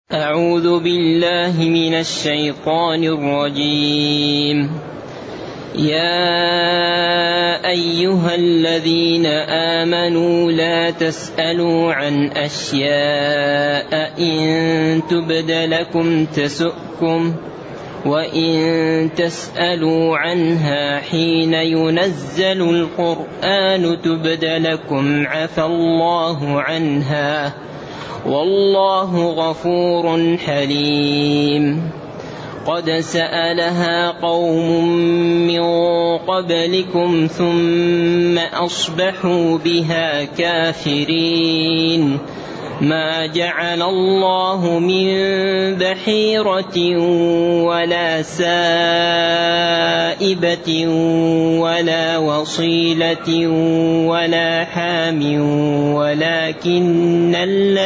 أعوذ بالله من الشيطان الرجيم. يا أيها الذين آمنوا لا تسألوا عن أشياء إن تبد لكم تسؤكم وإن تسألوا عنها حين ينزل القرآن تبد لكم عفى الله عنها والله غفور حليم. قد سألها قوم من قبلكم ثم أصبحوا بها كافرين. ما جعل الله من بحيرة ولا سائبة ولا وصيلة ولا حام ولكن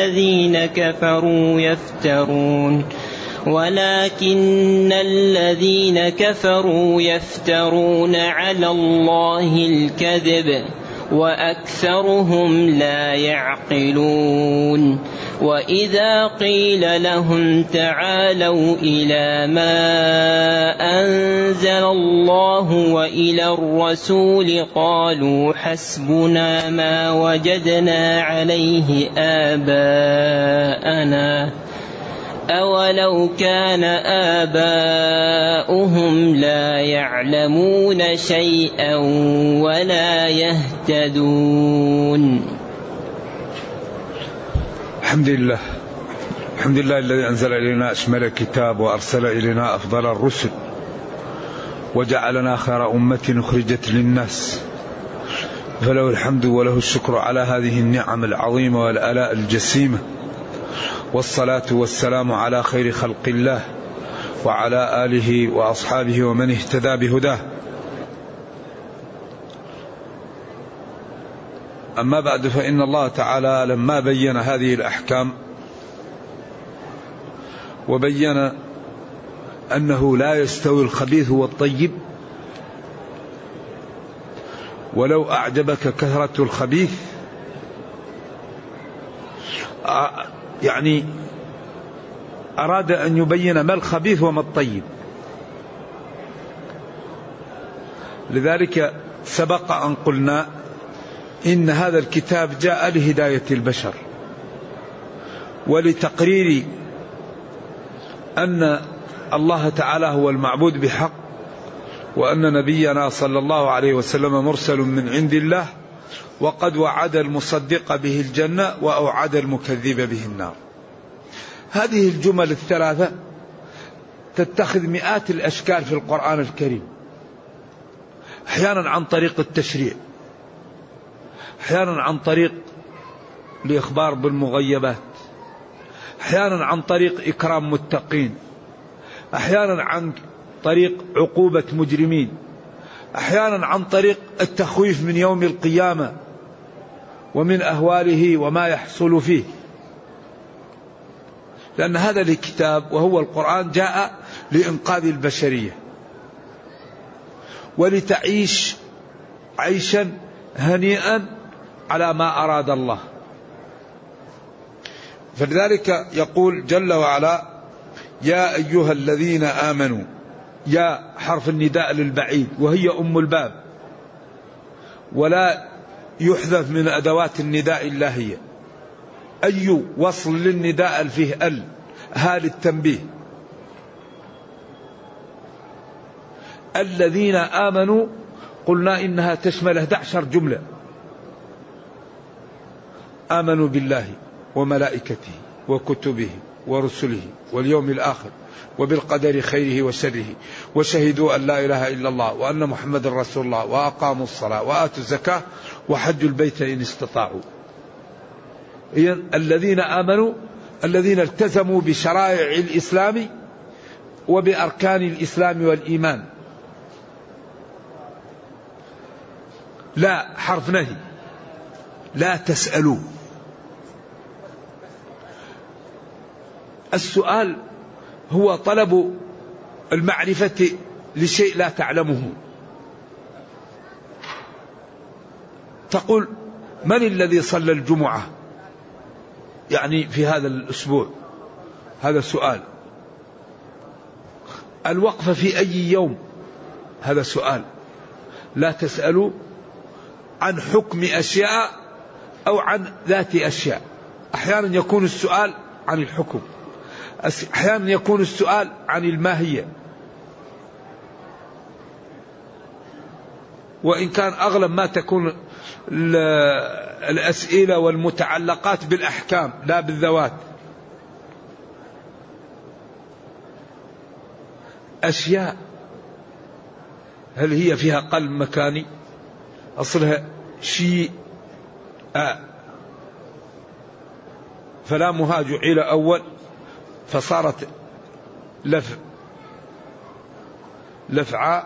الذين كفروا يفترون على الله الكذب وأكثرهم لا يعقلون. وإذا قيل لهم تعالوا إلى ما أنزل الله وإلى الرسول قالوا حسبنا ما وجدنا عليه آباءنا أولو كان آباؤهم لا يعلمون شيئا ولا يهتدون. الحمد لله الذي أنزل إلينا أشمل الكتاب وأرسل إلينا أفضل الرسل وجعلنا خير أمة أخرجت للناس، فله الحمد وله الشكر على هذه النعم العظيمة والآلاء الجسيمة، والصلاة والسلام على خير خلق الله وعلى آله وأصحابه ومن اهتدى بهداه. أما بعد، فإن الله تعالى لما بين هذه الأحكام وبين أنه لا يستوي الخبيث والطيب، ولو أعجبك كثرة الخبيث، يعني أراد أن يبين ما الخبيث وما الطيب. لذلك سبق أن قلنا إن هذا الكتاب جاء لهداية البشر ولتقرير أن الله تعالى هو المعبود بحق، وأن نبينا صلى الله عليه وسلم مرسل من عند الله، وقد وعد المصدق به الجنة وأوعد المكذب به النار. هذه الجمل الثلاثة تتخذ مئات الأشكال في القرآن الكريم، أحيانا عن طريق التشريع، أحيانا عن طريق الإخبار بالمغيبات، أحيانا عن طريق إكرام متقين، أحيانا عن طريق عقوبة مجرمين، أحيانا عن طريق التخويف من يوم القيامة ومن أهواله وما يحصل فيه. لأن هذا الكتاب وهو القرآن جاء لإنقاذ البشرية ولتعيش عيشا هنيئا على ما أراد الله. فلذلك يقول جل وعلا: يا أيها الذين آمنوا. يا حرف النداء للبعيد وهي أم الباب، ولا يحذف من أدوات النداء إلا هي. أي وصل للنداء فيه هال التنبيه. الذين آمنوا قلنا إنها تشمل 11 جملة: آمنوا بالله وملائكته وكتبه ورسله واليوم الآخر وبالقدر خيره وشره، وشهدوا أن لا إله إلا الله وأن محمد رسول الله، وأقاموا الصلاة وآتوا الزكاة وحجوا البيت إن استطاعوا. إذن الذين آمنوا الذين التزموا بشرائع الإسلام وبأركان الإسلام والإيمان. لا حرف نهي، لا تسألوا. السؤال هو طلب المعرفة لشيء لا تعلمه. تقول: من الذي صلى الجمعة يعني في هذا الأسبوع؟ هذا سؤال. الوقف في أي يوم؟ هذا سؤال. لا تسألوا عن حكم أشياء أو عن ذات أشياء. أحيانا يكون السؤال عن الحكم، أحيانا يكون السؤال عن الماهية، وإن كان أغلب ما تكون الأسئلة والمتعلقات بالأحكام لا بالذوات. أشياء هل هي فيها قلب مكاني؟ أصلها شيء فلا مهاج إلى أول فصارت لفعاء،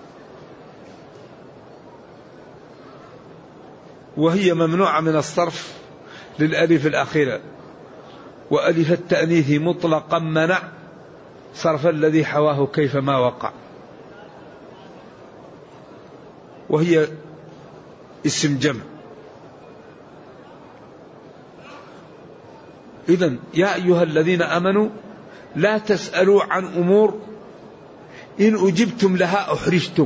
وهي ممنوعة من الصرف للألف الأخيرة، وألف التأنيث مطلقا منع صرف الذي حواه كيفما وقع، وهي اسم جمع. إذن يا أيها الذين آمنوا لا تسألوا عن أمور إن أجبتم لها أحرجتم.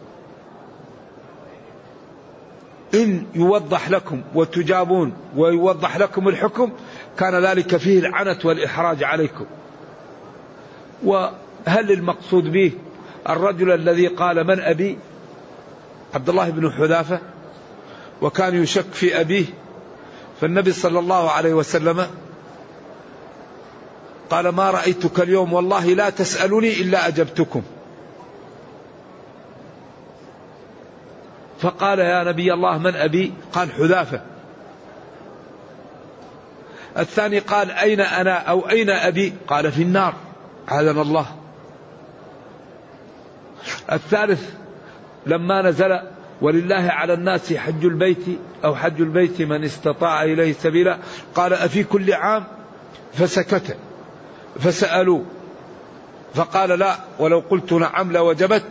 إن يوضح لكم وتجابون ويوضح لكم الحكم كان ذلك فيه العنت والإحراج عليكم. وهل المقصود به الرجل الذي قال من أبي؟ عبد الله بن حذافة، وكان يشك في أبيه، فالنبي صلى الله عليه وسلم قال ما رأيتك اليوم والله لا تسألني إلا أجبتكم. فقال يا نبي الله من أبي؟ قال حذافة. الثاني قال أين أنا أو أين أبي؟ قال في النار عاذنا الله. الثالث لما نزل ولله على الناس حج البيت أو حج البيت من استطاع إليه سبيلا قال أفي كل عام؟ فسكت، فسألوا فقال لا ولو قلت نعم لوجبت،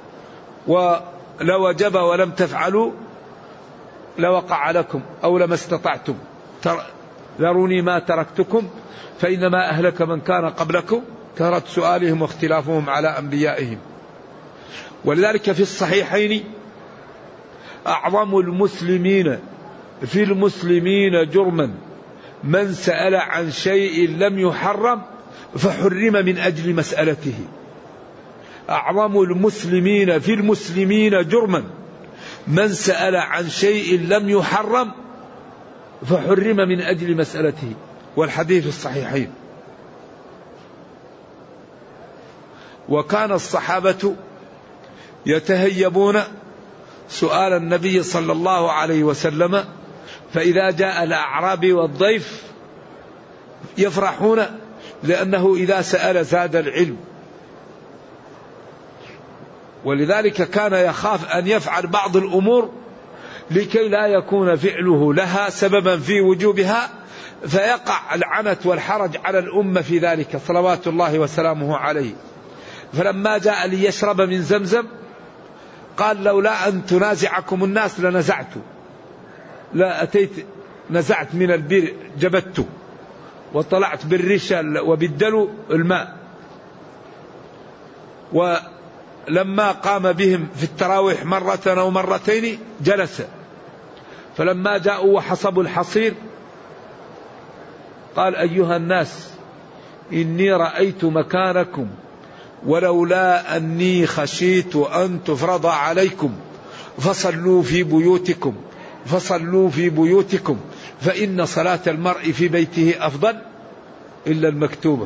ولوجب ولم تفعلوا لوقع لكم أو لما استطعتم، ذروني ما تركتكم فإنما أهلك من كان قبلكم كثرة سؤالهم واختلافهم على أنبيائهم. ولذلك في الصحيحين أعظم المسلمين في المسلمين جرما من سأل عن شيء لم يحرم فحرم من أجل مسألته. أعظم المسلمين في المسلمين جرما من سأل عن شيء لم يحرم فحرم من أجل مسألته، والحديث الصحيحين. وكان الصحابة يتهيبون سؤال النبي صلى الله عليه وسلم، فإذا جاء الأعرابي والضيف يفرحون لأنه إذا سأل زاد العلم. ولذلك كان يخاف أن يفعل بعض الأمور لكي لا يكون فعله لها سببا في وجوبها فيقع العنت والحرج على الأمة في ذلك صلوات الله وسلامه عليه. فلما جاء ليشرب من زمزم قال لولا أن تنازعكم الناس لنزعت، لا أتيت نزعت من البير جبت وطلعت بالرشا وبالدلو الماء. ولما قام بهم في التراويح مرة أو مرتين جلس، فلما جاءوا وحصبوا الحصير قال أيها الناس إني رأيت مكانكم ولولا أني خشيت أن تفرض عليكم فصلوا في بيوتكم فإن صلاة المرء في بيته أفضل إلا المكتوبة.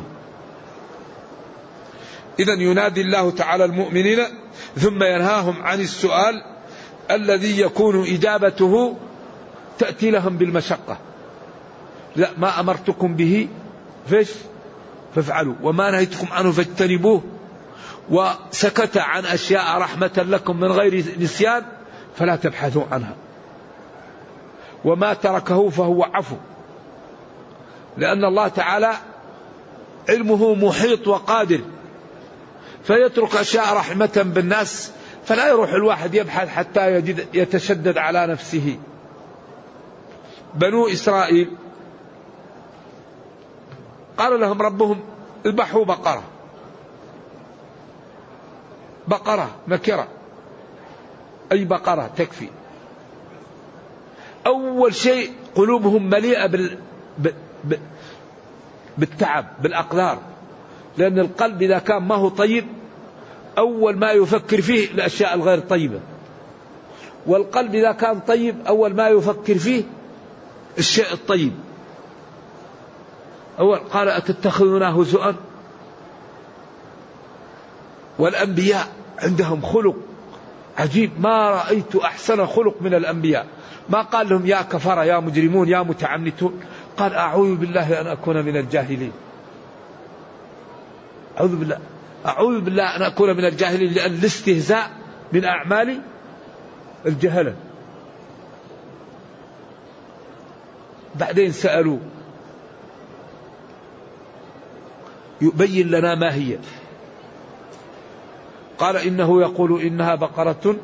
إذن ينادي الله تعالى المؤمنين ثم ينهاهم عن السؤال الذي يكون إجابته تأتي لهم بالمشقة. لا ما أمرتكم به فافعلوا وما نهيتكم عنه فاجتنبوه، وسكت عن أشياء رحمة لكم من غير نسيان فلا تبحثوا عنها، وما تركه فهو عفو، لأن الله تعالى علمه محيط وقادر، فيترك أشياء رحمة بالناس، فلا يروح الواحد يبحث حتى يتشدد على نفسه. بنو إسرائيل قال لهم ربهم اذبحوا بقرة، بقرة نكرة، أي بقرة تكفي. أول شيء قلوبهم مليئة بالتعب، بالأقدار، لأن القلب إذا كان ما هو طيب أول ما يفكر فيه الأشياء الغير طيبة، والقلب إذا كان طيب أول ما يفكر فيه الشيء الطيب. أول قال أتتخذونه هزؤا، والأنبياء عندهم خلق عجيب، ما رأيت أحسن خلق من الأنبياء. ما قال لهم يا كفرة يا مجرمون يا متعنتون، قال أعوذ بالله أن أكون من الجاهلين. أعوذ بالله أن أكون من الجاهلين، لأن الاستهزاء من أعمال الجهلة. بعدين سألوا يبين لنا ما هي، قال إنه يقول إنها بقرة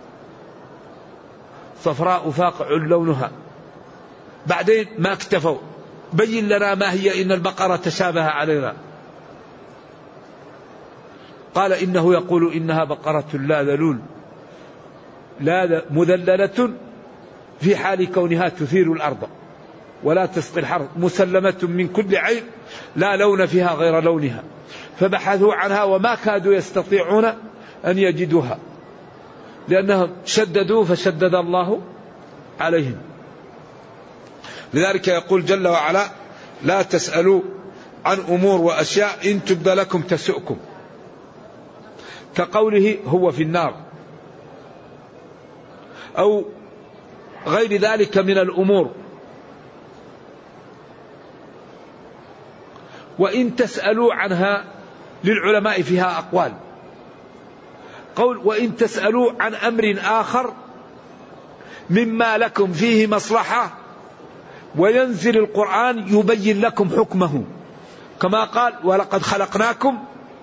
صفراء فاقع لونها. بعدين ما اكتفوا، بين لنا ما هي إن البقرة تشابه علينا. قال إنه يقول إنها بقرة لا ذلول، لا مذللة في حال كونها تثير الأرض ولا تسقي الحرث، مسلمة من كل عيب لا لون فيها غير لونها. فبحثوا عنها وما كادوا يستطيعون أن يجدوها، لأنهم شددوا فشدد الله عليهم. لذلك يقول جل وعلا لا تسألوا عن أمور وأشياء إن تبد لكم تسؤكم، كقوله هو في النار أو غير ذلك من الأمور. وإن تسألوا عنها للعلماء فيها أقوال. قول وإن تسألوا عن أمر آخر مما لكم فيه مصلحة وينزل القرآن يبين لكم حكمه، كما قال ولقد خلقناكم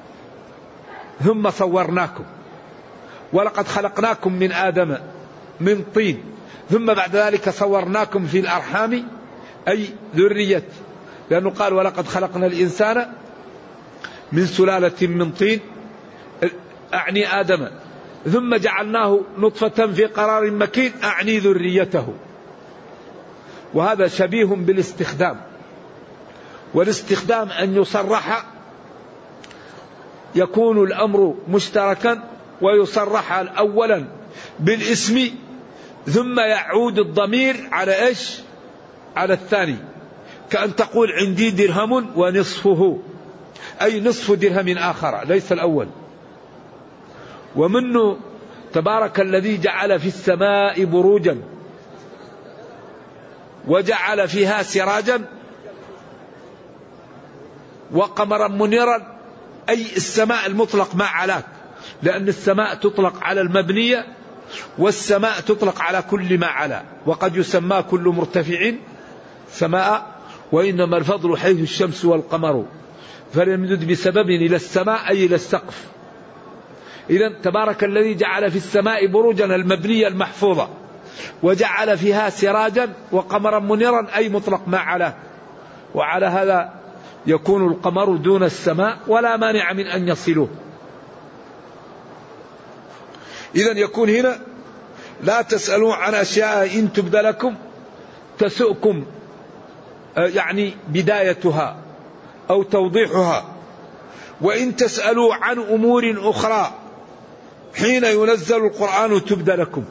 ثم صورناكم، ولقد خلقناكم من آدم من طين ثم بعد ذلك صورناكم في الأرحام أي ذرية، لأنه قال ولقد خلقنا الإنسان من سلالة من طين أعني آدم ثم جعلناه نطفة في قرار مكين أعني ذريته. وهذا شبيه بالاستخدام، والاستخدام أن يصرح يكون الأمر مشتركا ويصرح أولا بالاسم ثم يعود الضمير على إيش؟ على الثاني، كأن تقول عندي درهم ونصفه، أي نصف درهم آخر ليس الأول. ومنه تبارك الذي جعل في السماء بروجا وجعل فيها سراجا وقمرا منيرا، أي السماء المطلق ما علاك، لأن السماء تطلق على المبنية والسماء تطلق على كل ما علا، وقد يسمى كل مرتفع سماء، وإنما الفضل حيث الشمس والقمر فليمدد بسبب إلى السماء أي إلى السقف. إذن تبارك الذي جعل في السماء بروجا المبنية المحفوظة وجعل فيها سراجا وقمرا منيرا أي مطلق ما علا، وعلى هذا يكون القمر دون السماء ولا مانع من أن يصلوه. إذن يكون هنا لا تسألوا عن أشياء إن تبد لكم تسؤكم، يعني بدايتها أو توضيحها. وإن تسألوا عن أمور أخرى حين ينزل القرآن تبد لكم.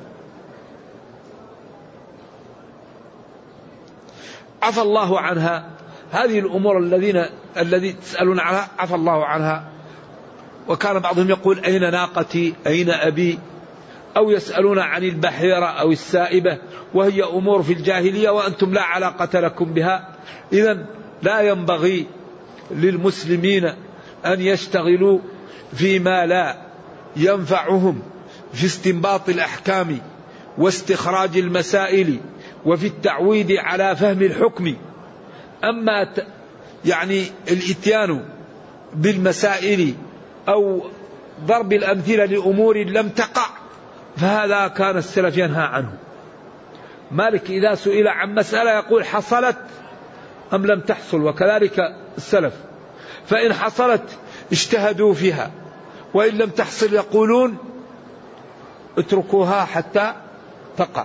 عفى الله عنها، هذه الأمور الذي تسألون عنها عفى الله عنها. وكان بعضهم يقول أين ناقتي أين أبي، أو يسألون عن البحيرة أو السائبة، وهي أمور في الجاهلية وأنتم لا علاقة لكم بها. إذن لا ينبغي للمسلمين أن يشتغلوا فيما لا ينفعهم في استنباط الأحكام واستخراج المسائل وفي التعويد على فهم الحكم. أما يعني الإتيان بالمسائل أو ضرب الأمثلة لأمور لم تقع فهذا كان السلف ينهى عنه. مالك إذا سئل عن مسألة يقول حصلت أم لم تحصل، وكذلك السلف. فإن حصلت اجتهدوا فيها، وإن لم تحصل يقولون اتركوها حتى تقع.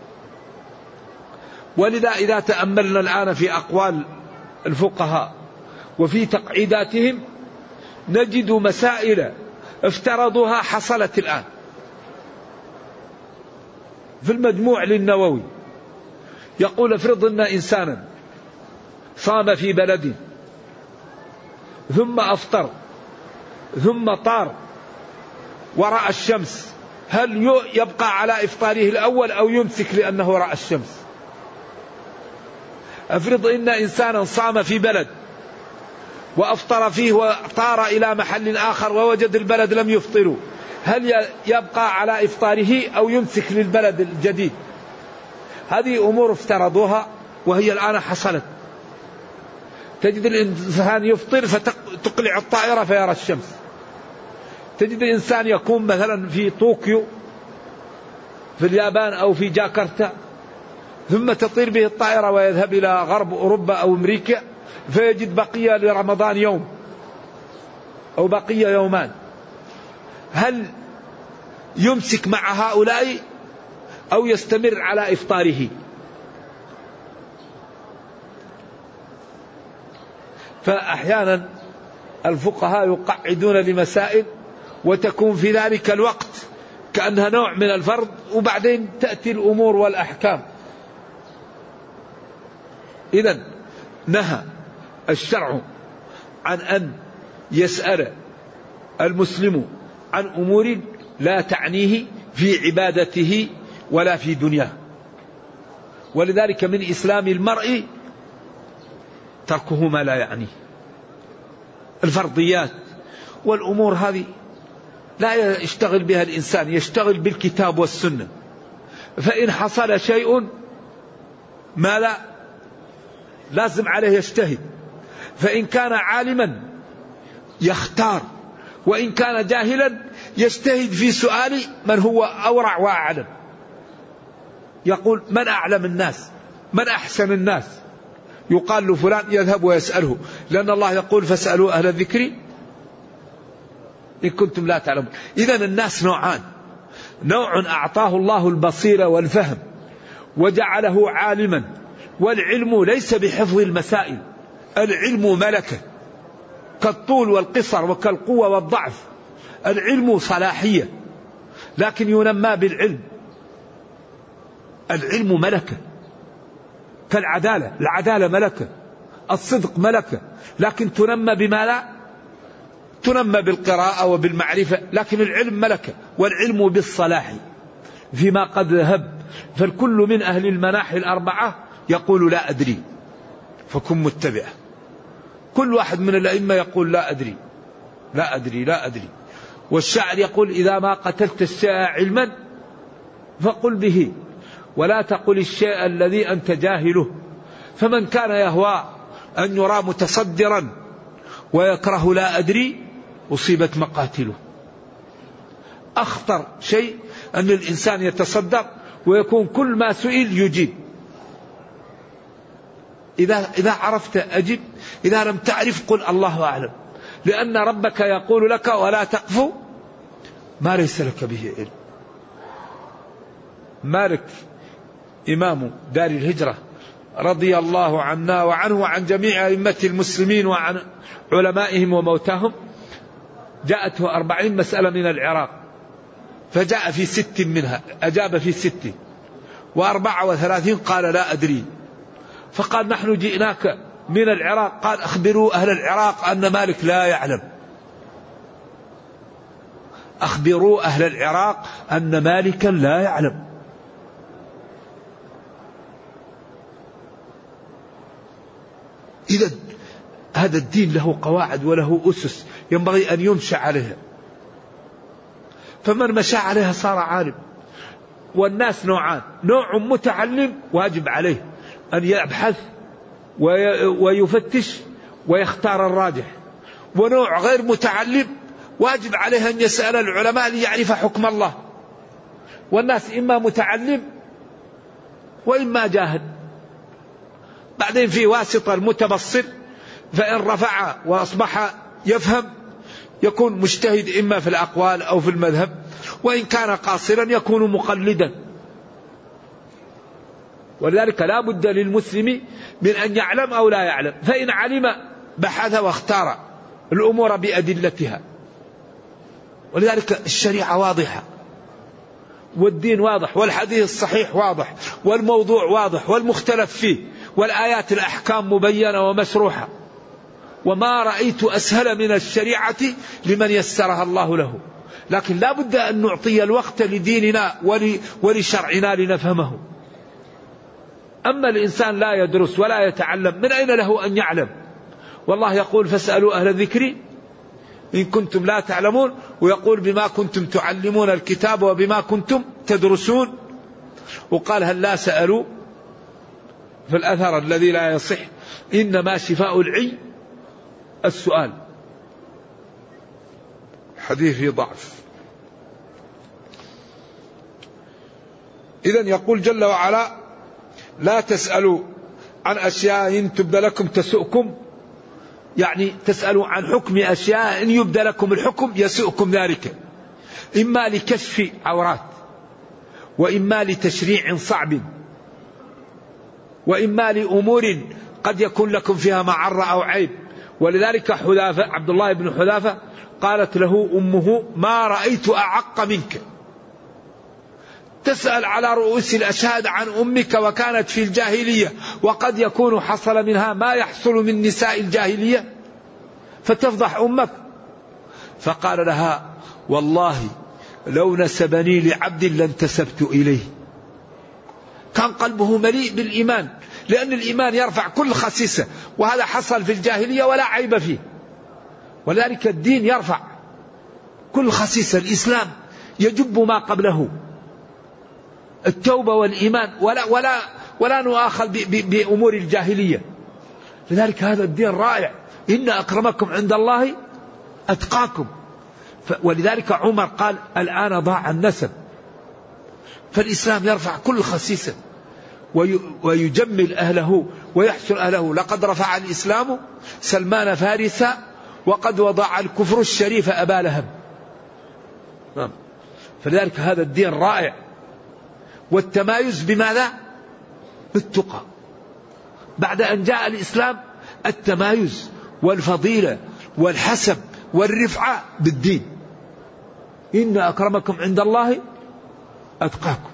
ولذا إذا تأملنا الآن في أقوال الفقهاء وفي تقعيداتهم نجد مسائل افترضوها حصلت الآن. في المجموع للنووي يقول افرض أن إنسانا صام في بلد ثم أفطر ثم طار ورأى الشمس، هل يبقى على إفطاره الأول أو يمسك لأنه رأى الشمس؟ افرض أن إنسانا صام في بلد وأفطر فيه وطار إلى محل آخر ووجد البلد لم يفطروا، هل يبقى على إفطاره أو يمسك للبلد الجديد؟ هذه أمور افترضوها وهي الآن حصلت. تجد الإنسان يفطر فتقلع الطائرة فيرى الشمس. تجد الإنسان يكون مثلا في طوكيو في اليابان أو في جاكرتا ثم تطير به الطائرة ويذهب إلى غرب أوروبا أو أمريكا فيجد بقية لرمضان يوم أو بقية يومان، هل يمسك مع هؤلاء أو يستمر على إفطاره؟ فأحيانا الفقهاء يقعدون لمسائل وتكون في ذلك الوقت كأنها نوع من الفرض، وبعدين تأتي الأمور والأحكام. إذن نهى الشرع عن أن يسأل المسلم عن أمور لا تعنيه في عبادته ولا في دنياه. ولذلك من إسلام المرء تركه ما لا يعنيه. الفرضيات والأمور هذه لا يشتغل بها الإنسان، يشتغل بالكتاب والسنة. فإن حصل شيء ما لا لازم عليه يجتهد، فإن كان عالما يختار، وإن كان جاهلا يجتهد في سؤال من هو أورع وأعلم. يقول من أعلم الناس، من أحسن الناس، يقال له فلان يذهب ويسأله، لأن الله يقول فاسألوا أهل الذكر إن كنتم لا تعلمون. إذن الناس نوعان، نوع أعطاه الله البصيرة والفهم وجعله عالما، والعلم ليس بحفظ المسائل، العلم ملكة كالطول والقصر وكالقوة والضعف. العلم صلاحية لكن ينمى بالعلم. العلم ملكة كالعدالة، العدالة ملكة، الصدق ملكة، لكن تنمى بما لا تنمى بالقراءة وبالمعرفة، لكن العلم ملكة، والعلم بالصلاح فيما قد ذهب. فالكل من أهل المناحي الأربعة يقول لا أدري فكن متبعه. كل واحد من الأئمة يقول لا أدري لا أدري لا أدري. والشاعر يقول إذا ما قتلت الشيء علما فقل به ولا تقل الشيء الذي أنت جاهله. فمن كان يهوى أن يرى متصدرا ويكره لا أدري أصيبت مقاتله. أخطر شيء أن الإنسان يتصدر ويكون كل ما سئل يجيب. إذا عرفت أجب، إذا لم تعرف قل الله أعلم، لأن ربك يقول لك ولا تقف ما ليس لك به علم. مالك إمام دار الهجرة رضي الله عنا وعنه وعن جميع أئمة المسلمين وعن علمائهم وموتاهم، جاءته 40 مسألة من العراق فجاء في 6 منها أجاب في 6، و34 قال لا أدري. فقال نحن جئناك من العراق، قال أخبروا أهل العراق أن مالك لا يعلم. أخبروا أهل العراق أن مالكا لا يعلم. إذا هذا الدين له قواعد وله أسس ينبغي أن يمشى عليها، فمن مشى عليها صار عالم. والناس نوعان، نوع متعلم واجب عليه أن يبحث ويفتش ويختار الراجح، ونوع غير متعلم واجب عليه أن يسأل العلماء ليعرف حكم الله. والناس إما متعلم وإما جاهل. بعدين في واسطة المتبصر فإن رفع وأصبح يفهم يكون مجتهد إما في الأقوال أو في المذهب، وإن كان قاصرا يكون مقلدا. ولذلك لا بد للمسلم من أن يعلم أو لا يعلم، فإن علم بحث واختار الأمور بأدلتها. ولذلك الشريعة واضحة، والدين واضح، والحديث الصحيح واضح، والموضوع واضح والمختلف فيه، والآيات الأحكام مبينة ومشروحة. وما رأيت أسهل من الشريعة لمن يسرها الله له. لكن لا بد أن نعطي الوقت لديننا ولشرعنا لنفهمه. أما الإنسان لا يدرس ولا يتعلم، من أين له أن يعلم؟ والله يقول فاسألوا أهل الذكر إن كنتم لا تعلمون، ويقول بما كنتم تعلمون الكتاب وبما كنتم تدرسون. وقال هل لا سألوا في الأثر الذي لا يصح إنما شفاء العي السؤال. حديث ضعف. إذن يقول جل وعلا لا تسألوا عن أشياء إن تبد لكم تسؤكم، يعني تسألوا عن حكم أشياء إن يبدى لكم الحكم يسؤكم ذلك، إما لكشف عورات، وإما لتشريع صعب، وإما لأمور قد يكون لكم فيها معرة أو عيب. ولذلك حذافة عبد الله بن حذافة قالت له أمه ما رأيت أعق منك، تسأل على رؤوس الأشهاد عن أمك وكانت في الجاهلية، وقد يكون حصل منها ما يحصل من نساء الجاهلية، فتفضح أمك. فقال لها والله لو نسبني لعبد لانتسبت إليه. كان قلبه مليء بالإيمان، لأن الإيمان يرفع كل خسيسة، وهذا حصل في الجاهلية ولا عيب فيه. ولذلك الدين يرفع كل خسيسة، الإسلام يجب ما قبله، التوبة والإيمان، ولا نؤاخذ بأمور الجاهلية. لذلك هذا الدين رائع، إن أكرمكم عند الله أتقاكم. ولذلك عمر قال الآن ضاع النسب. فالإسلام يرفع كل خسيسة ويجمل أهله ويحسن أهله. لقد رفع الإسلام سلمان فارسا، وقد وضع الكفر الشريف أبا لهب. فلذلك هذا الدين رائع. والتمايز بماذا؟ بالتقى. بعد أن جاء الإسلام التمايز والفضيلة والحسب والرفعة بالدين. إن أكرمكم عند الله أتقاكم.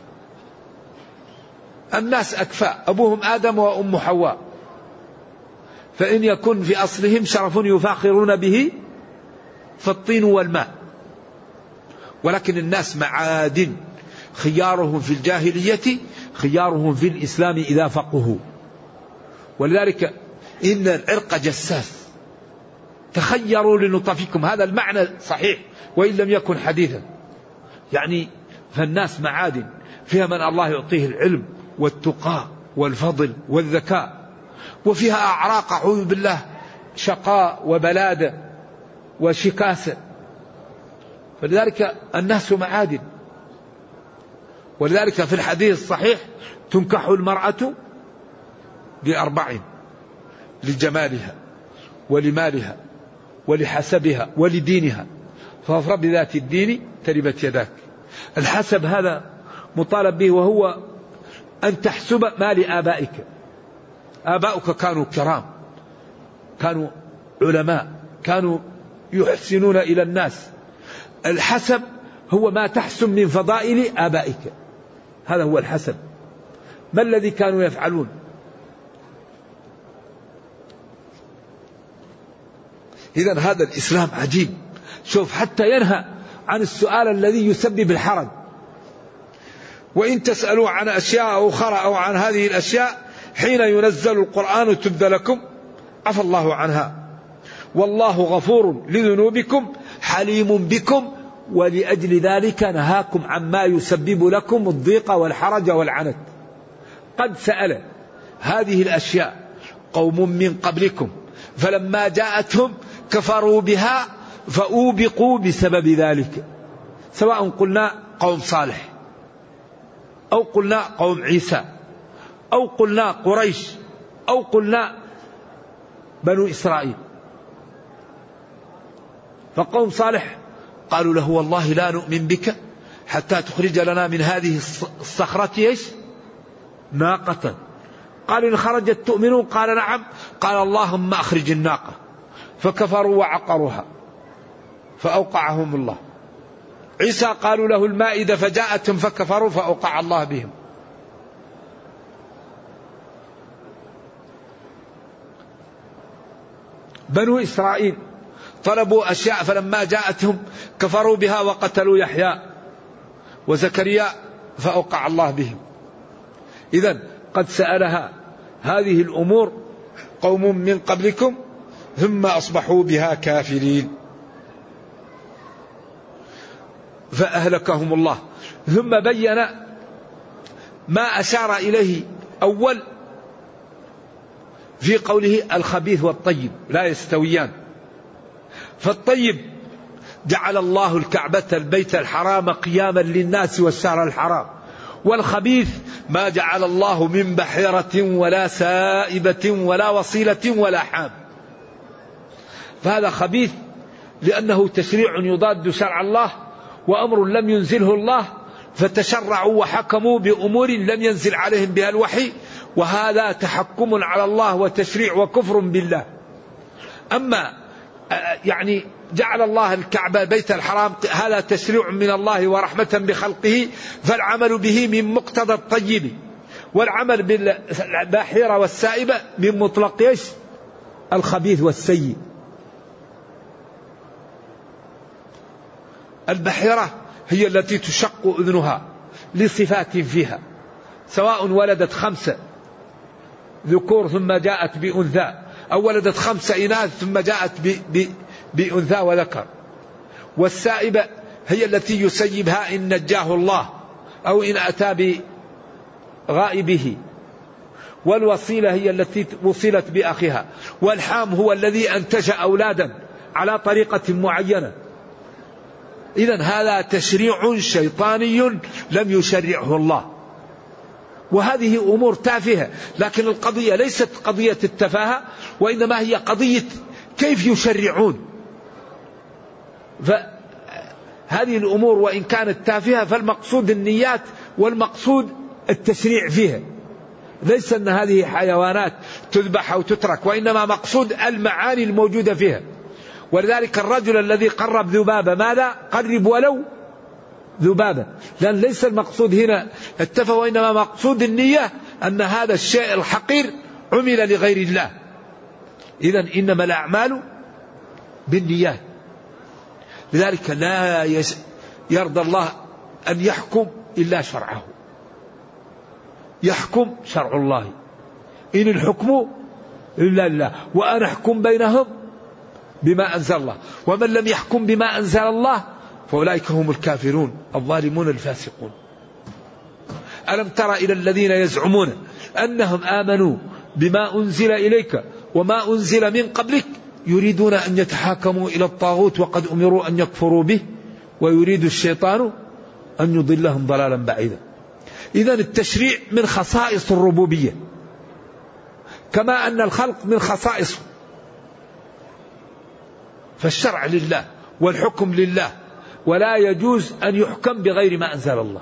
الناس أكفاء، أبوهم آدم وأم حواء، فإن يكن في أصلهم شرف يفاخرون به فالطين والماء. ولكن الناس معادن، خيارهم في الجاهلية خيارهم في الإسلام إذا فقهوا. ولذلك إن العرق جساس، تخيروا لنطفكم، هذا المعنى صحيح وإن لم يكن حديثا. يعني فالناس معادن، فيها من الله يعطيه العلم والتقى والفضل والذكاء، وفيها أعراق أعوذ بالله شقاء وبلادة وشكاسة. فلذلك الناس معادن. ولذلك في الحديث الصحيح تنكح المرأة ب4: لجمالها ولمالها ولحسبها ولدينها، فاظفر بذات الدين تربت يداك. الحسب هذا مطالب به، وهو أن تحسب ما لآبائك. آباؤك كانوا كرام، كانوا علماء، كانوا يحسنون إلى الناس. الحسب هو ما تحسن من فضائل آبائك، هذا هو الحسب. ما الذي كانوا يفعلون؟ إذن هذا الإسلام عجيب. شوف حتى ينهى عن السؤال الذي يسبب الحرج. وإن تسألوا عن أشياء أخرى أو عن هذه الأشياء حين ينزل القرآن تبد لكم عفى الله عنها، والله غفور لذنوبكم حليم بكم، ولأجل ذلك نهاكم عما يسبب لكم الضيق والحرج والعنت. قد سأل هذه الأشياء قوم من قبلكم فلما جاءتهم كفروا بها فأوبقوا بسبب ذلك، سواء قلنا قوم صالح أو قلنا قوم عيسى أو قلنا قريش أو قلنا بنو إسرائيل. فقوم صالح قالوا له والله لا نؤمن بك حتى تخرج لنا من هذه الصخرة ايش؟ ناقة. قالوا إن خرجت تؤمنون؟ قال نعم. قال اللهم أخرج الناقة. فكفروا وعقروها فأوقعهم الله. عيسى قالوا له المائدة فجاءتهم فكفروا فأوقع الله بهم. بنو إسرائيل طلبوا أشياء فلما جاءتهم كفروا بها وقتلوا يحيى وزكريا فأوقع الله بهم. إذن قد سألها هذه الأمور قوم من قبلكم ثم أصبحوا بها كافرين فأهلكهم الله. ثم بين ما أشار إليه أول في قوله الخبيث والطيب لا يستويان. فالطيب جعل الله الكعبة البيت الحرام قياما للناس والشهر الحرام، والخبيث ما جعل الله من بحيرة ولا سائبة ولا وصيلة ولا حام. فهذا خبيث لأنه تشريع يضاد شرع الله وأمر لم ينزله الله، فتشرعوا وحكموا بأمور لم ينزل عليهم بها الوحي، وهذا تحكم على الله وتشريع وكفر بالله. أما يعني جعل الله الكعبة بيت الحرام هذا تشريع من الله ورحمة بخلقه، فالعمل به من مقتضى الطيب، والعمل بالباحرة والسائبة من مطلق ايش؟ الخبيث والسيء. البحيرة هي التي تشق أذنها لصفات فيها، سواء ولدت 5 ذكور ثم جاءت بأنثى، أو ولدت 5 إناث ثم جاءت بأنثى وذكر. والسائبة هي التي يسيبها إن نجاه الله أو إن أتى بغائبه. والوصيلة هي التي وصلت بأخيها. والحام هو الذي أنتج أولادا على طريقة معينة. إذن هذا تشريع شيطاني لم يشرعه الله، وهذه أمور تافهة. لكن القضية ليست قضية التفاهة، وإنما هي قضية كيف يشرعون. فهذه الأمور وإن كانت تافهة فالمقصود النيات والمقصود التشريع فيها، ليس أن هذه حيوانات تذبح أو تترك، وإنما مقصود المعاني الموجودة فيها. ولذلك الرجل الذي قرب ذبابة ماذا؟ قرب ولو ذبابة، لأن ليس المقصود هنا التفاهة، وإنما مقصود النية أن هذا الشيء الحقير عمل لغير الله. إذن إنما الأعمال بالنيات. لذلك لا يرضى الله أن يحكم إلا شرعه، يحكم شرع الله. إن الحكم إلا الله وأنا أحكم بينهم بما أنزل الله، ومن لم يحكم بما أنزل الله فأولئك هم الكافرون الظالمون الفاسقون. ألم تر إلى الذين يزعمون أنهم آمنوا بما أنزل إليك وما أنزل من قبلك يريدون أن يتحاكموا إلى الطاغوت وقد أمروا أن يكفروا به ويريد الشيطان أن يضلهم ضلالا بعيدا. إذن التشريع من خصائص الربوبية، كما أن الخلق من خصائصه. فالشرع لله والحكم لله، ولا يجوز أن يحكم بغير ما أنزل الله.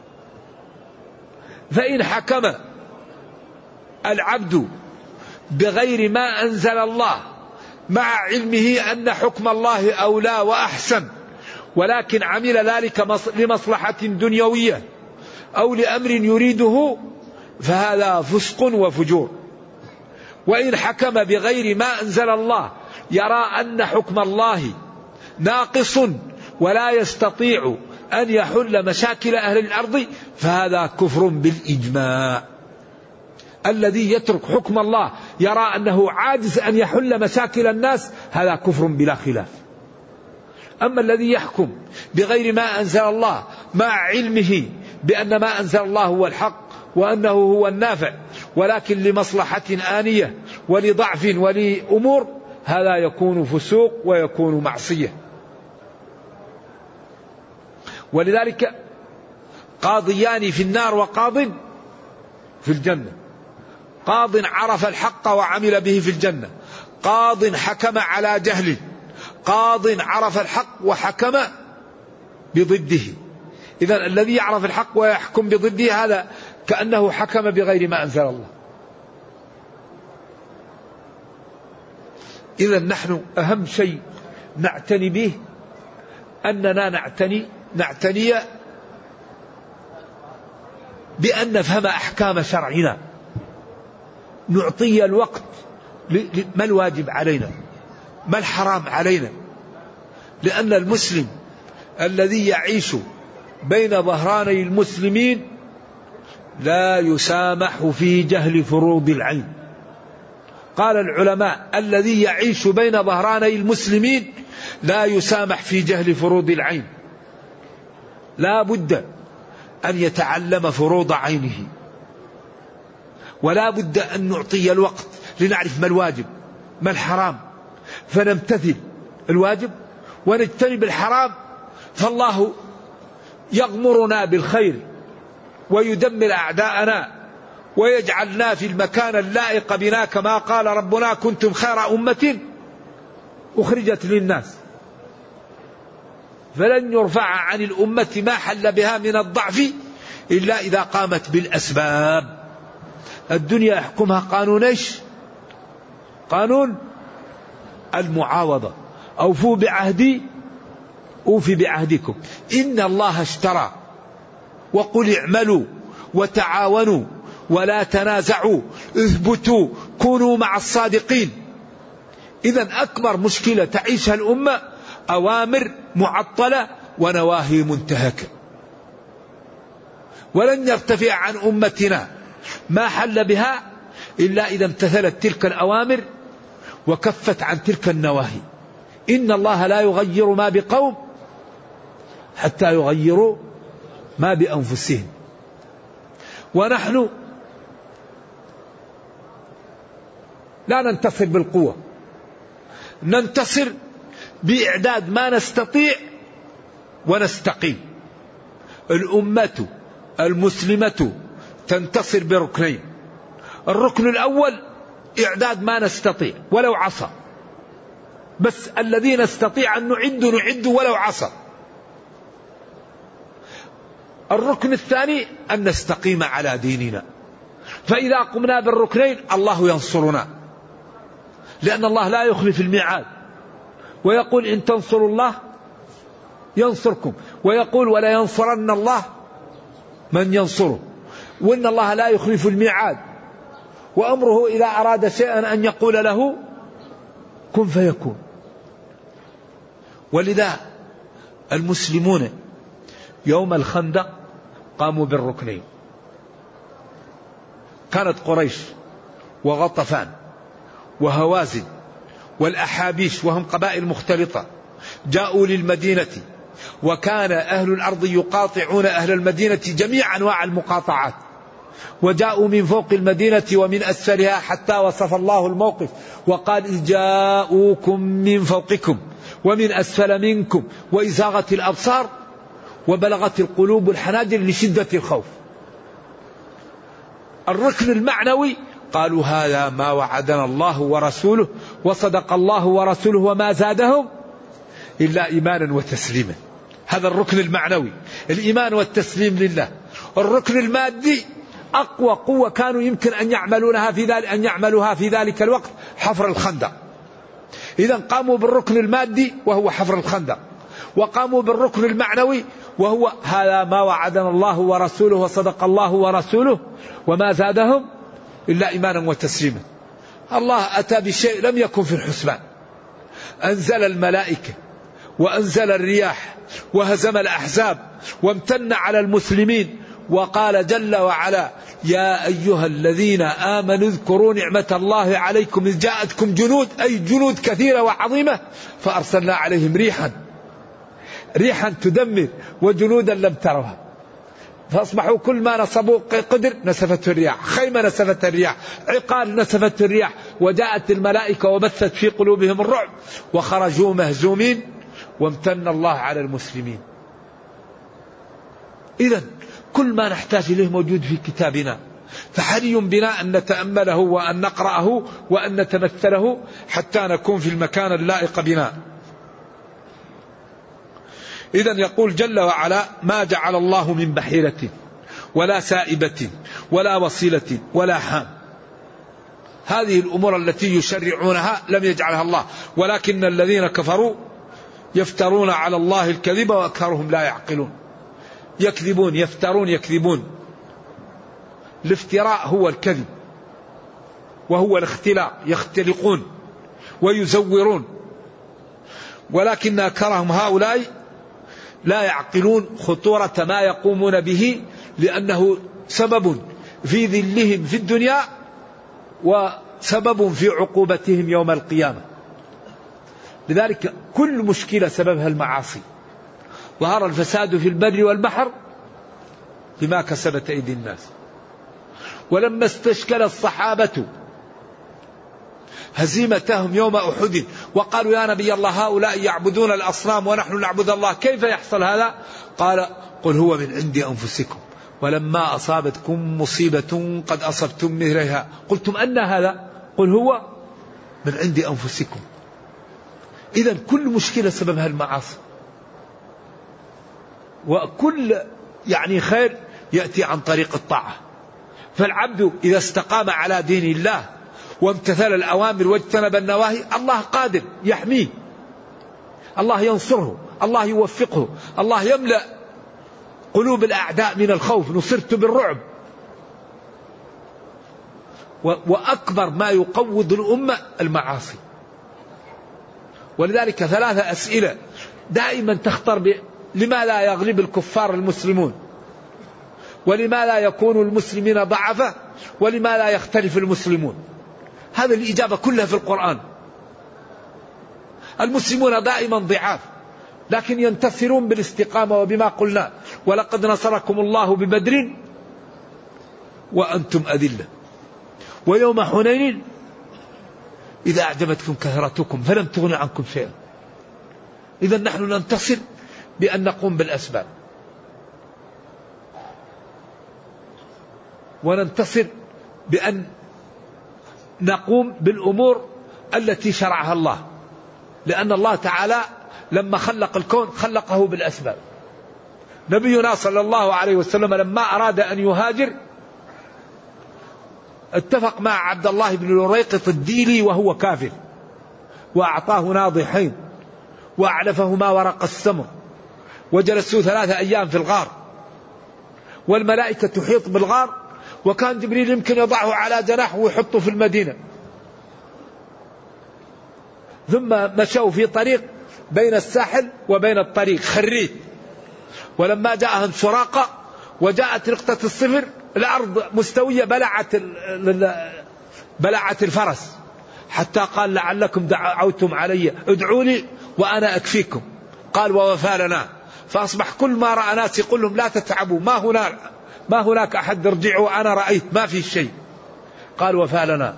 فإن حكم العبد بغير ما أنزل الله مع علمه أن حكم الله أولى وأحسن، ولكن عمل ذلك لمصلحة دنيوية أو لأمر يريده، فهذا فسق وفجور. وإن حكم بغير ما أنزل الله يرى أن حكم الله ناقص ولا يستطيع أن يحل مشاكل أهل الأرض، فهذا كفر بالإجماع. الذي يترك حكم الله يرى أنه عاجز أن يحل مشاكل الناس، هذا كفر بلا خلاف. أما الذي يحكم بغير ما أنزل الله مع علمه بأن ما أنزل الله هو الحق وأنه هو النافع، ولكن لمصلحة آنية ولضعف ولأمور، هذا يكون فسوق ويكون معصية. ولذلك قاضيان في النار وقاض في الجنة. قاض عرف الحق وعمل به في الجنة، قاض حكم على جهل، قاض عرف الحق وحكم بضده. إذا الذي يعرف الحق ويحكم بضده هذا كأنه حكم بغير ما أنزل الله. إذا نحن أهم شيء نعتني به أننا نعتني بأن نفهم أحكام شرعنا، نعطي الوقت ما الواجب علينا، ما الحرام علينا. لأن المسلم الذي يعيش بين ظهراني المسلمين لا يسامح في جهل فروض العين. قال العلماء الذي يعيش بين ظهراني المسلمين لا يسامح في جهل فروض العين، لا بد أن يتعلم فروض عينه، ولا بد أن نعطي الوقت لنعرف ما الواجب ما الحرام، فنمتثل الواجب ونجتنب الحرام، فالله يغمرنا بالخير ويدمر أعداءنا ويجعلنا في المكان اللائق بنا، كما قال ربنا كنتم خير أمة أخرجت للناس. فلن يرفع عن الأمة ما حل بها من الضعف إلا إذا قامت بالأسباب. الدنيا يحكمها قانون ايش؟ قانون المعاوضة. أوفوا بعهدي أوفي بعهدكم، إن الله اشترى، وقل اعملوا وتعاونوا ولا تنازعوا اثبتوا كونوا مع الصادقين. إذن أكبر مشكلة تعيشها الأمة أوامر معطلة ونواهي منتهكة، ولن يرتفع عن أمتنا ما حل بها إلا إذا امتثلت تلك الأوامر وكفت عن تلك النواهي. إن الله لا يغير ما بقوم حتى يغيروا ما بأنفسهم. ونحن لا ننتصر بالقوة، ننتصر بإعداد ما نستطيع ونستقيم. الأمة المسلمة تنتصر بركنين: الركن الأول إعداد ما نستطيع ولو عصى، بس الذي نستطيع أن نعد ولو عصى. الركن الثاني أن نستقيم على ديننا، فإذا قمنا بالركنين الله ينصرنا، لأن الله لا يخلف الميعاد، ويقول إن تنصروا الله ينصركم، ويقول ولا ينصرن الله من ينصره، وإن الله لا يخلف الميعاد، وأمره إذا أراد شيئا أن يقول له كن فيكون. ولذا المسلمون يوم الخندق قاموا بالركنين. كانت قريش وغطفان وهوازن والأحابيش وهم قبائل مختلطة جاءوا للمدينة، وكان أهل الأرض يقاطعون أهل المدينة جميع أنواع المقاطعات، وجاءوا من فوق المدينة ومن أسفلها، حتى وصف الله الموقف وقال إذ جاءوكم من فوقكم ومن أسفل منكم وإذ زاغت الأبصار وبلغت القلوب الحناجر لشدة الخوف. الركن المعنوي قالوا هذا ما وعدنا الله ورسوله وصدق الله ورسوله وما زادهم إلا إيمانا وتسليما. هذا الركن المعنوي، الإيمان والتسليم لله. الركن المادي أقوى قوة كانوا يمكن أن يعملوها في ذلك الوقت حفر الخندق. إذا قاموا بالركن المادي وهو حفر الخندق، وقاموا بالركن المعنوي وهو هذا ما وعدنا الله ورسوله وصدق الله ورسوله وما زادهم إلا إيمانا وتسليما. الله أتى بشيء لم يكن في الحسبان، أنزل الملائكة وأنزل الرياح وهزم الأحزاب وامتن على المسلمين، وقال جل وعلا يا أيها الذين آمنوا اذكروا نعمة الله عليكم إذ جاءتكم جنود، أي جنود كثيرة وعظيمة، فأرسلنا عليهم ريحا تدمر وجنودا لم تروها، فأصبحوا كل ما نصبوا قدر نسفته الرياح، خيمة نسفت الرياح، عقال نسفت الرياح، وجاءت الملائكة وبثت في قلوبهم الرعب وخرجوا مهزومين، وامتن الله على المسلمين. إذن كل ما نحتاج إليه موجود في كتابنا، فحري بنا أن نتأمله وأن نقرأه وأن نتمثله حتى نكون في المكان اللائق بنا. إذن يقول جل وعلا: ما جعل الله من بحيرة ولا سائبة ولا وصيلة ولا حام. هذه الأمور التي يشرعونها لم يجعلها الله، ولكن الذين كفروا يفترون على الله الكذب وأكثرهم لا يعقلون. يكذبون، يفترون، يكذبون. الافتراء هو الكذب وهو الاختلاق، يختلقون ويزورون، ولكن أكثرهم هؤلاء لا يعقلون خطورة ما يقومون به، لأنه سبب في ذلهم في الدنيا وسبب في عقوبتهم يوم القيامة. لذلك كل مشكلة سببها المعاصي. ظهر الفساد في البر والبحر بما كسبت أيدي الناس. ولما استشكل الصحابة هزيمتهم يوم أحد وقالوا: يا نبي الله، هؤلاء يعبدون الأصنام ونحن نعبد الله، كيف يحصل هذا؟ قال: قل هو من عند أنفسكم، ولما أصابتكم مصيبة قد أصبتم مثلها قلتم أن هذا؟ قل هو من عند أنفسكم. إذن كل مشكلة سببها المعاصي، وكل خير يأتي عن طريق الطاعة. فالعبد إذا استقام على دين الله وامتثل الأوامر واجتنب النواهي، الله قادر يحميه، الله ينصره، الله يوفقه، الله يملأ قلوب الأعداء من الخوف. نصرت بالرعب. وأكبر ما يقوض الأمة المعاصي. ولذلك 3 أسئلة دائما تخطر لما لا يغلب الكفار المسلمون، ولما لا يكون المسلمين ضعفا، ولما لا يختلف المسلمون. هذه الإجابة كلها في القرآن. المسلمون دائما ضعاف، لكن ينتصرون بالاستقامة وبما قلنا: ولقد نصركم الله ببدر وأنتم أذلة ويوم حنين إذا أعجبتكم كثرتكم فلم تغن عنكم شيئا. إذا نحن ننتصر بأن نقوم بالأسباب، وننتصر بأن نقوم بالأمور التي شرعها الله، لأن الله تعالى لما خلق الكون خلقه بالأسباب. نبينا صلى الله عليه وسلم لما أراد أن يهاجر اتفق مع عبد الله بن الوريقط الديلي وهو كافر، وأعطاه ناضحين وأعلفهما ورق السمر، وجلسوا 3 أيام في الغار، والملائكة تحيط بالغار، وكان جبريل يمكن يضعه على جناحه ويحطه في المدينة. ثم مشوا في طريق بين الساحل وبين الطريق خريت، ولما جاءهم سراقة وجاءت رقة الصفر الأرض مستوية بلعت الفرس، حتى قال: لعلكم دعوتم علي، ادعوا لي وأنا أكفيكم. قال: ووفى لنا. فأصبح كل ما رأى ناس يقول لهم: لا تتعبوا، ما هناك أحد، ارجعوا أنا رأيت ما في شيء. قال: وفى لنا.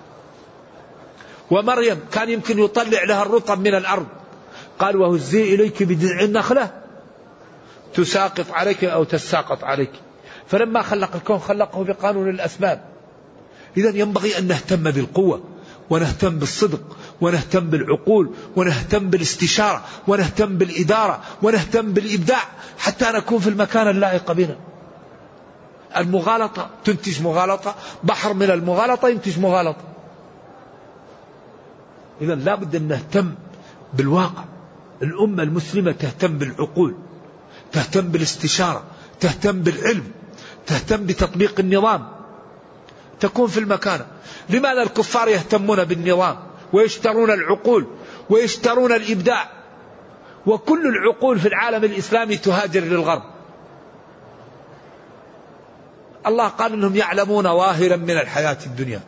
ومريم كان يمكن يطلع لها الرطب من الأرض، قال: وهزي إليك بجذع النخلة تساقط عليك أو تساقط عليك. فلما خلق الكون خلقه بقانون الأسباب. إذن ينبغي أن نهتم بالقوة، ونهتم بالصدق، ونهتم بالعقول، ونهتم بالاستشارة، ونهتم بالإدارة، ونهتم بالإبداع، حتى نكون في المكان اللائق بنا. المغالطة تنتج مغالطة، بحر من المغالطة ينتج مغالطة. إذن لا بد أن نهتم بالواقع. الأمة المسلمة تهتم بالعقول، تهتم بالاستشارة، تهتم بالعلم، تهتم بتطبيق النظام، تكون في المكان. لماذا الكفار يهتمون بالنظام ويشترون العقول ويشترون الإبداع، وكل العقول في العالم الإسلامي تهاجر للغرب؟ الله قال إنهم يعلمون ظاهرا من الحياة الدنيا.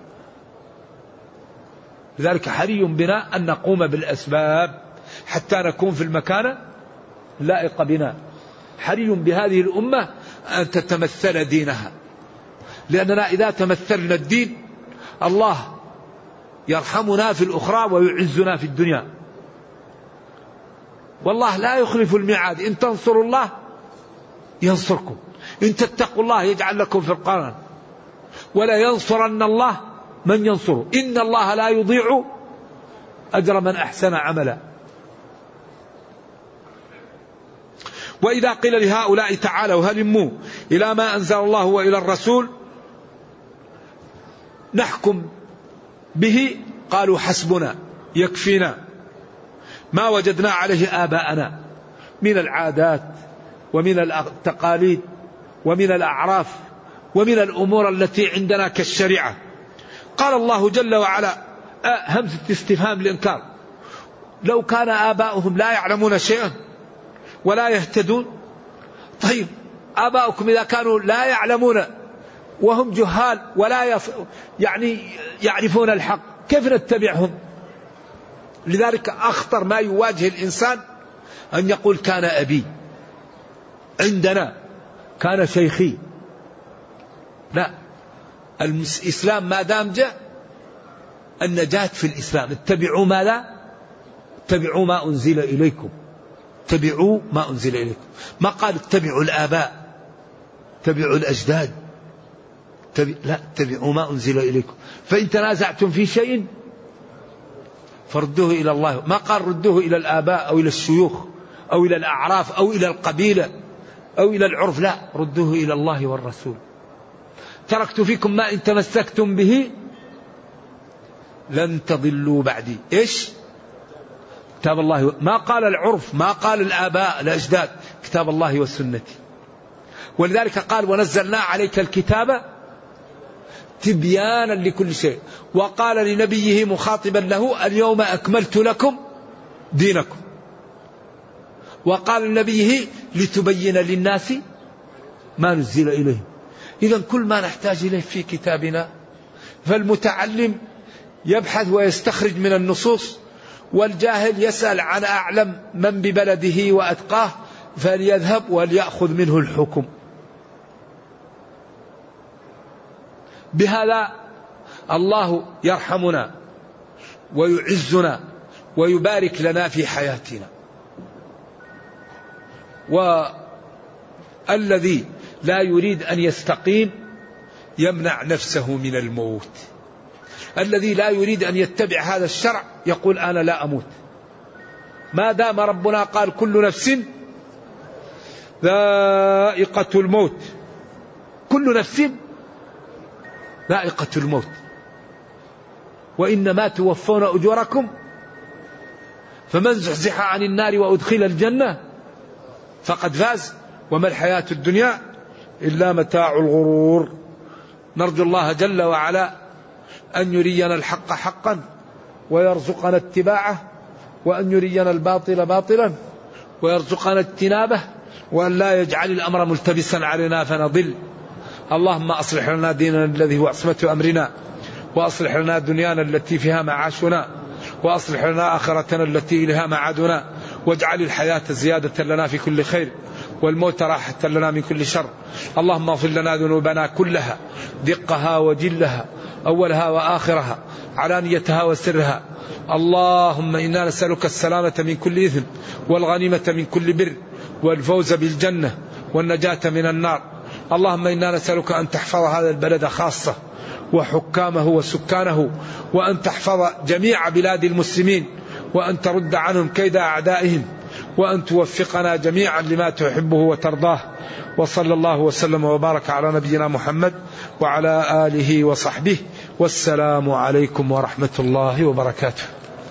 لذلك حري بنا أن نقوم بالأسباب حتى نكون في المكان اللائق بنا. حري بهذه الأمة أن تتمثل دينها، لأننا إذا تمثلنا الدين الله يرحمنا في الأخرى ويعزنا في الدنيا. والله لا يخلف الميعاد. إن تنصروا الله ينصركم، إن تتقوا الله يجعل لكم فرقانا. ولا ينصرن الله من ينصره، إن الله لا يضيع أجر من أحسن عملا. وإذا قيل لهؤلاء تعالوا هلموا إلى ما أنزل الله وإلى الرسول نحكم به، قالوا حسبنا يكفينا ما وجدنا عليه آباءنا من العادات ومن التقاليد ومن الأعراف ومن الأمور التي عندنا كالشريعة. قال الله جل وعلا همزة استفهام لإنكار، لو كان آباؤهم لا يعلمون شيئا ولا يهتدون. طيب آباؤكم إذا كانوا لا يعلمون وهم جهال ولا يعرفون الحق كيف نتبعهم؟ لذلك أخطر ما يواجه الإنسان أن يقول كان أبي عندنا، كان شيخي. لا، الإسلام ما دام جاء النجاة في الإسلام. اتبعوا ما لا اتبعوا ما أنزل إليكم، اتبعوا ما أنزل إليكم. ما قال اتبعوا الآباء اتبعوا الأجداد، لا، اتبعوا ما أنزل إليكم. فإن تنازعتم في شيء فردوه إلى الله. ما قال ردوه إلى الآباء أو إلى الشيوخ أو إلى الأعراف أو إلى القبيلة أو إلى العرف، لا، ردوه إلى الله والرسول. تركت فيكم ما إن تمسكتم به لن تضلوا بعدي. إيش؟ كتاب الله. ما قال العرف، ما قال الآباء الأجداد، كتاب الله والسنة. ولذلك قال ونزلنا عليك الكتاب تبيانا لكل شيء. وقال لنبيه مخاطبا له اليوم أكملت لكم دينكم. وقال لنبيه لتبين للناس ما نزل إليهم. إذن كل ما نحتاج إليه في كتابنا. فالمتعلم يبحث ويستخرج من النصوص، والجاهل يسأل عن أعلم من ببلده وأتقاه فليذهب وليأخذ منه الحكم. بهذا الله يرحمنا ويعزنا ويبارك لنا في حياتنا. والذي لا يريد أن يستقيم يمنع نفسه من الموت. الذي لا يريد أن يتبع هذا الشرع يقول أنا لا أموت. ما دام ربنا قال كل نفس ذائقة الموت، كل نفس ذائقة الموت، وإنما توفون أجوركم فمن زحزح عن النار وأدخل الجنة فقد فاز وما الحياة الدنيا إلا متاع الغرور. نرجو الله جل وعلا أن يرينا الحق حقا ويرزقنا اتباعه، وأن يرينا الباطل باطلا ويرزقنا اجتنابه، وأن لا يجعل الأمر ملتبسا علينا فنضل. اللهم أصلح لنا ديننا الذي هو عصمة أمرنا، وأصلح لنا دنيانا التي فيها معاشنا، وأصلح لنا آخرتنا التي إليها معادنا، واجعل الحياة زيادة لنا في كل خير والموت راحة لنا من كل شر. اللهم اغفر لنا ذنوبنا كلها دقها وجلها، أولها وآخرها، علانيتها وسرها. اللهم إنا نسألك السلامة من كل إثم، والغنيمة من كل بر، والفوز بالجنة، والنجاة من النار. اللهم إنا نسألك أن تحفظ هذا البلد خاصة وحكامه وسكانه، وأن تحفظ جميع بلاد المسلمين، وأن ترد عنهم كيد أعدائهم، وأن توفقنا جميعا لما تحبه وترضاه. وصلى الله وسلم وبارك على نبينا محمد وعلى آله وصحبه، والسلام عليكم ورحمة الله وبركاته.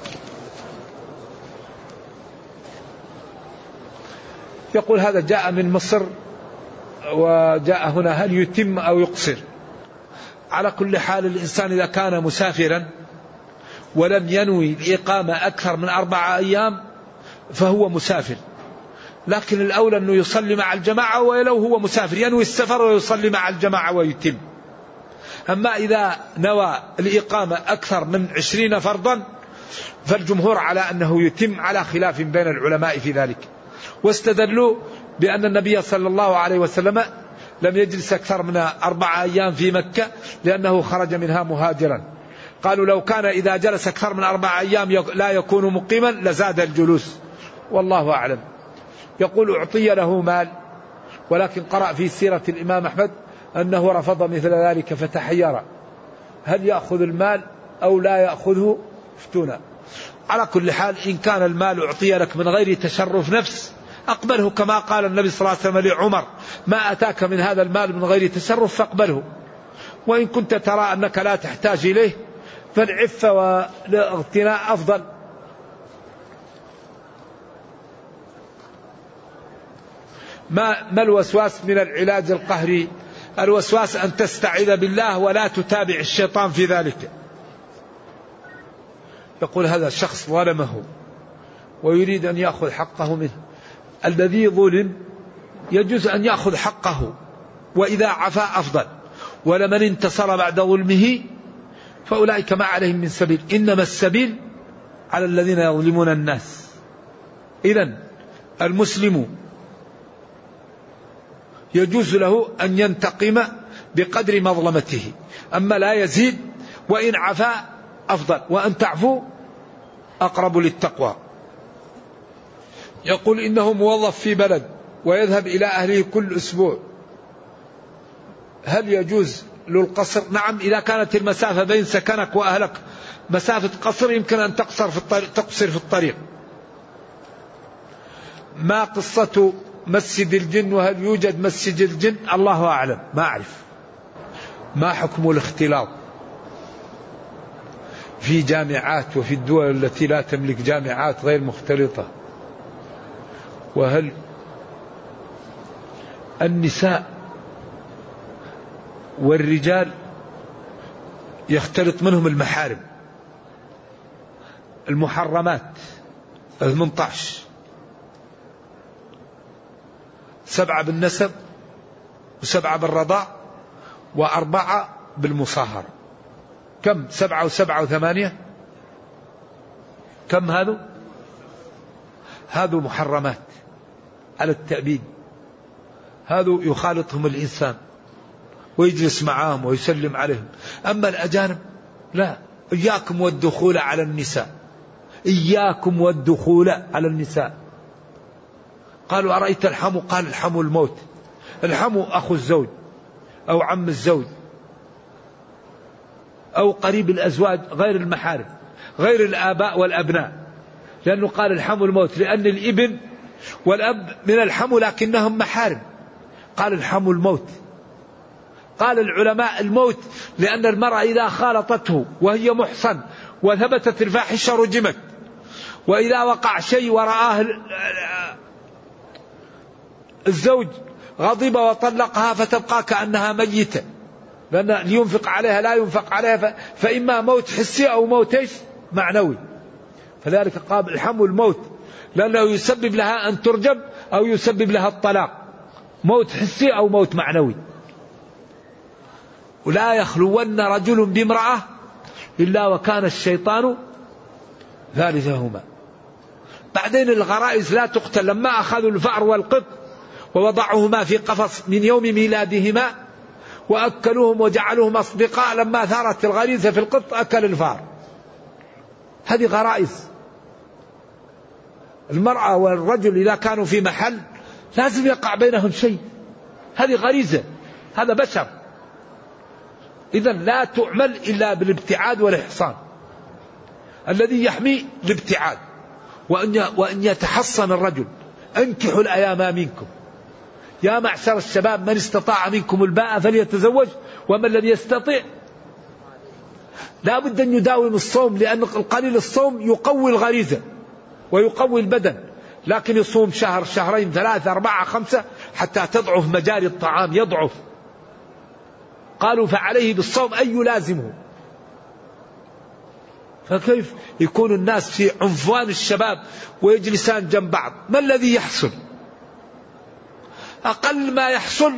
يقول هذا جاء من مصر وجاء هنا، هل يتم أو يقصر؟ على كل حال الإنسان إذا كان مسافرا ولم ينوي الإقامة أكثر من 4 أيام فهو مسافر، لكن الأولى أنه يصلي مع الجماعة، ولو هو مسافر ينوي السفر ويصلي مع الجماعة ويتم. أما إذا نوى الإقامة أكثر من 20 فرضا فالجمهور على أنه يتم، على خلاف بين العلماء في ذلك. واستدلوا بأن النبي صلى الله عليه وسلم لم يجلس أكثر من 4 أيام في مكة لأنه خرج منها مهاجرا. قالوا لو كان إذا جلس أكثر من 4 أيام لا يكون مقيما لزاد الجلوس، والله أعلم. يقول أعطي له مال، ولكن قرأ في سيرة الإمام أحمد أنه رفض مثل ذلك فتحير هل يأخذ المال أو لا يأخذه افتونا. على كل حال إن كان المال أعطي لك من غير تشرف نفس أقبله، كما قال النبي صلى الله عليه وسلم لعمر ما أتاك من هذا المال من غير تشرف فاقبله، وإن كنت ترى أنك لا تحتاج إليه فالعفة والاغتناء أفضل. ما الوسواس من العلاج القهري؟ الوسواس أن تستعيذ بالله ولا تتابع الشيطان في ذلك. يقول هذا الشخص ظلمه ويريد أن يأخذ حقه منه. الذي ظلم يجوز أن يأخذ حقه وإذا عفا أفضل، ولمن انتصر بعد ظلمه فأولئك ما عليهم من سبيل، إنما السبيل على الذين يظلمون الناس. إذن المسلم يجوز له أن ينتقم بقدر مظلمته، أما لا يزيد، وإن عفا أفضل، وأن تعفو أقرب للتقوى. يقول إنه موظف في بلد ويذهب إلى أهله كل أسبوع، هل يجوز له القصر؟ نعم، إذا كانت المسافة بين سكنك وأهلك مسافة قصر يمكن أن تقصر في الطريق. ما قصة مسجد الجن وهل يوجد مسجد الجن؟ الله أعلم، ما أعرف. ما حكم الاختلاط في جامعات وفي الدول التي لا تملك جامعات غير مختلطة؟ وهل النساء والرجال يختلط منهم المحارم؟ المحرمات 18، 7 بالنسب و7 بالرضاع و4 بالمصاهرة. كم؟ 7 و7 و8، كم هذا محرمات على التأبيد. هذا يخالطهم الإنسان ويجلس معهم ويسلم عليهم. أما الأجانب لا. إياكم والدخول على النساء، إياكم والدخول على النساء. قالوا أرأيت الحمو؟ قال الحمو الموت. الحمو أخو الزوج أو عم الزوج أو قريب الأزواج غير المحارم، غير الآباء والأبناء، لأنه قال الحمو الموت، لأن الابن والأب من الحمو لكنهم محارم. قال الحمو الموت. قال العلماء الموت لأن المرأة إذا خالطته وهي محصن وثبتت الفاحشة رجمت، وإذا وقع شيء ورآه الزوج غضب وطلقها فتبقى كأنها ميتة، لأن لينفق عليها لا ينفق عليها، فإما موت حسي أو موت معنوي. فذلك قال الحمو الموت، لأنه يسبب لها أن ترجم أو يسبب لها الطلاق، موت حسي أو موت معنوي. ولا يخلون رجل بامرأة إلا وكان الشيطان ثالثهما. بعدين الغرائز لا تقتل. لما أخذوا الفأر والقط ووضعوهما في قفص من يوم ميلادهما وأكلوهم وجعلوهم أصدقاء، لما ثارت الغريزة في القط أكل الفار. هذه غرائز. المرأة والرجل إذا كانوا في محل لازم يقع بينهم شيء، هذه غريزة، هذا بشر. إذن لا تعمل إلا بالابتعاد والإحصان. الذي يحمي الابتعاد، وأن يتحصن الرجل. أنكحوا الأيام منكم يا معشر الشباب من استطاع منكم الباء فليتزوج ومن لم يستطع. لا بد أن يداوم الصوم، لأن القليل الصوم يقوي الغريزة ويقوي البدن، لكن يصوم شهر، شهرين، 3، 4، 5 حتى تضعف مجاري الطعام، يضعف. قالوا فعليه بالصوم أي يلازمه. فكيف يكون الناس في عنفوان الشباب ويجلسان جنب بعض؟ ما الذي يحصل؟ أقل ما يحصل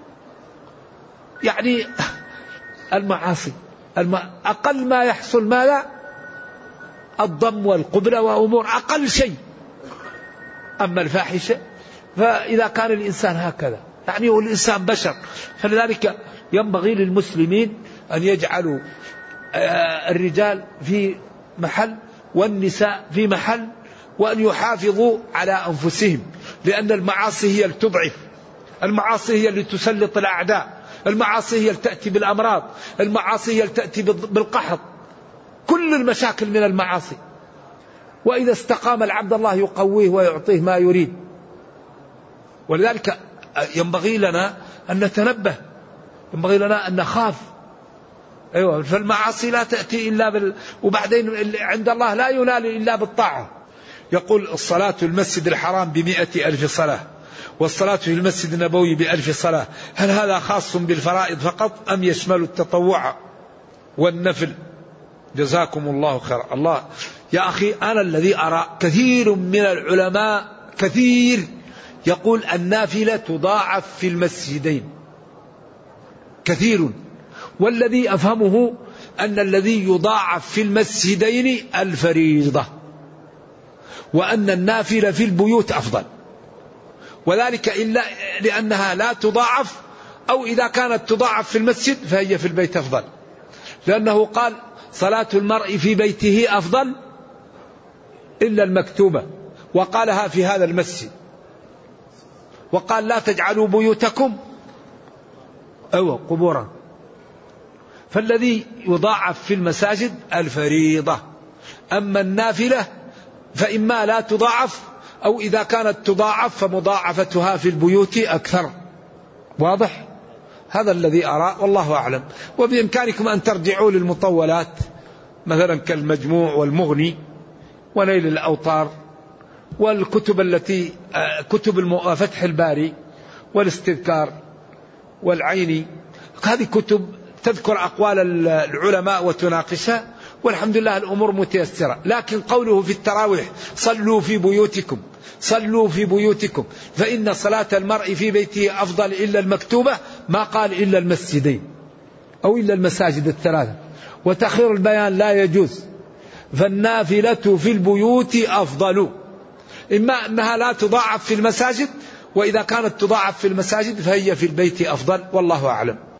يعني المعاصي، أقل ما يحصل ماذا؟ الضم والقبلة وأمور أقل شيء. أما الفاحشة فإذا كان الإنسان هكذا يعني هو الإنسان بشر. فلذلك ينبغي للمسلمين أن يجعلوا الرجال في محل والنساء في محل، وأن يحافظوا على أنفسهم، لأن المعاصي هي اللي تضعف، المعاصي هي اللي تسلط الأعداء، المعاصي هي تأتي بالأمراض، المعاصي هي تأتي بالقحط، كل المشاكل من المعاصي. وإذا استقام العبد الله يقويه ويعطيه ما يريد. ولذلك ينبغي لنا أن نتنبه، ينبغي لنا أن نخاف. أيوة، فالمعاصي لا تأتي إلا وبعدين عند الله لا ينال إلا بالطاعة. يقول الصلاة في المسجد الحرام ب100,000 صلاة، والصلاة في المسجد النبوي ب1000 صلاة. هل هذا خاص بالفرائض فقط أم يشمل التطوع والنفل؟ جزاكم الله خير. الله يا أخي، أنا الذي أرى كثير من العلماء كثير يقول النافلة تضاعف في المسجدين كثير، والذي أفهمه أن الذي يضاعف في المسجدين الفريضة، وأن النافلة في البيوت أفضل، وذلك إلا لأنها لا تضاعف، أو إذا كانت تضاعف في المسجد فهي في البيت أفضل، لأنه قال صلاة المرء في بيته أفضل إلا المكتوبة، وقالها في هذا المسجد، وقال لا تجعلوا بيوتكم قبورا. فالذي يضاعف في المساجد الفريضة، أما النافلة فإما لا تضاعف، أو إذا كانت تضاعف فمضاعفتها في البيوت أكثر. واضح؟ هذا الذي أرى والله أعلم. وبإمكانكم أن ترجعوا للمطولات مثلا كالمجموع والمغني ونيل الأوطار والكتب التي كتب فتح الباري والاستذكار والعيني، هذه كتب تذكر أقوال العلماء وتناقشها، والحمد لله الأمور متيسرة. لكن قوله في التراويح صلوا في بيوتكم، صلوا في بيوتكم، فإن صلاة المرء في بيته أفضل إلا المكتوبة، ما قال إلا المسجدين أو إلا المساجد الثلاثة، وتأخير البيان لا يجوز. فالنافلة في البيوت أفضل، إما أنها لا تضاعف في المساجد، وإذا كانت تضاعف في المساجد فهي في البيت أفضل، والله أعلم.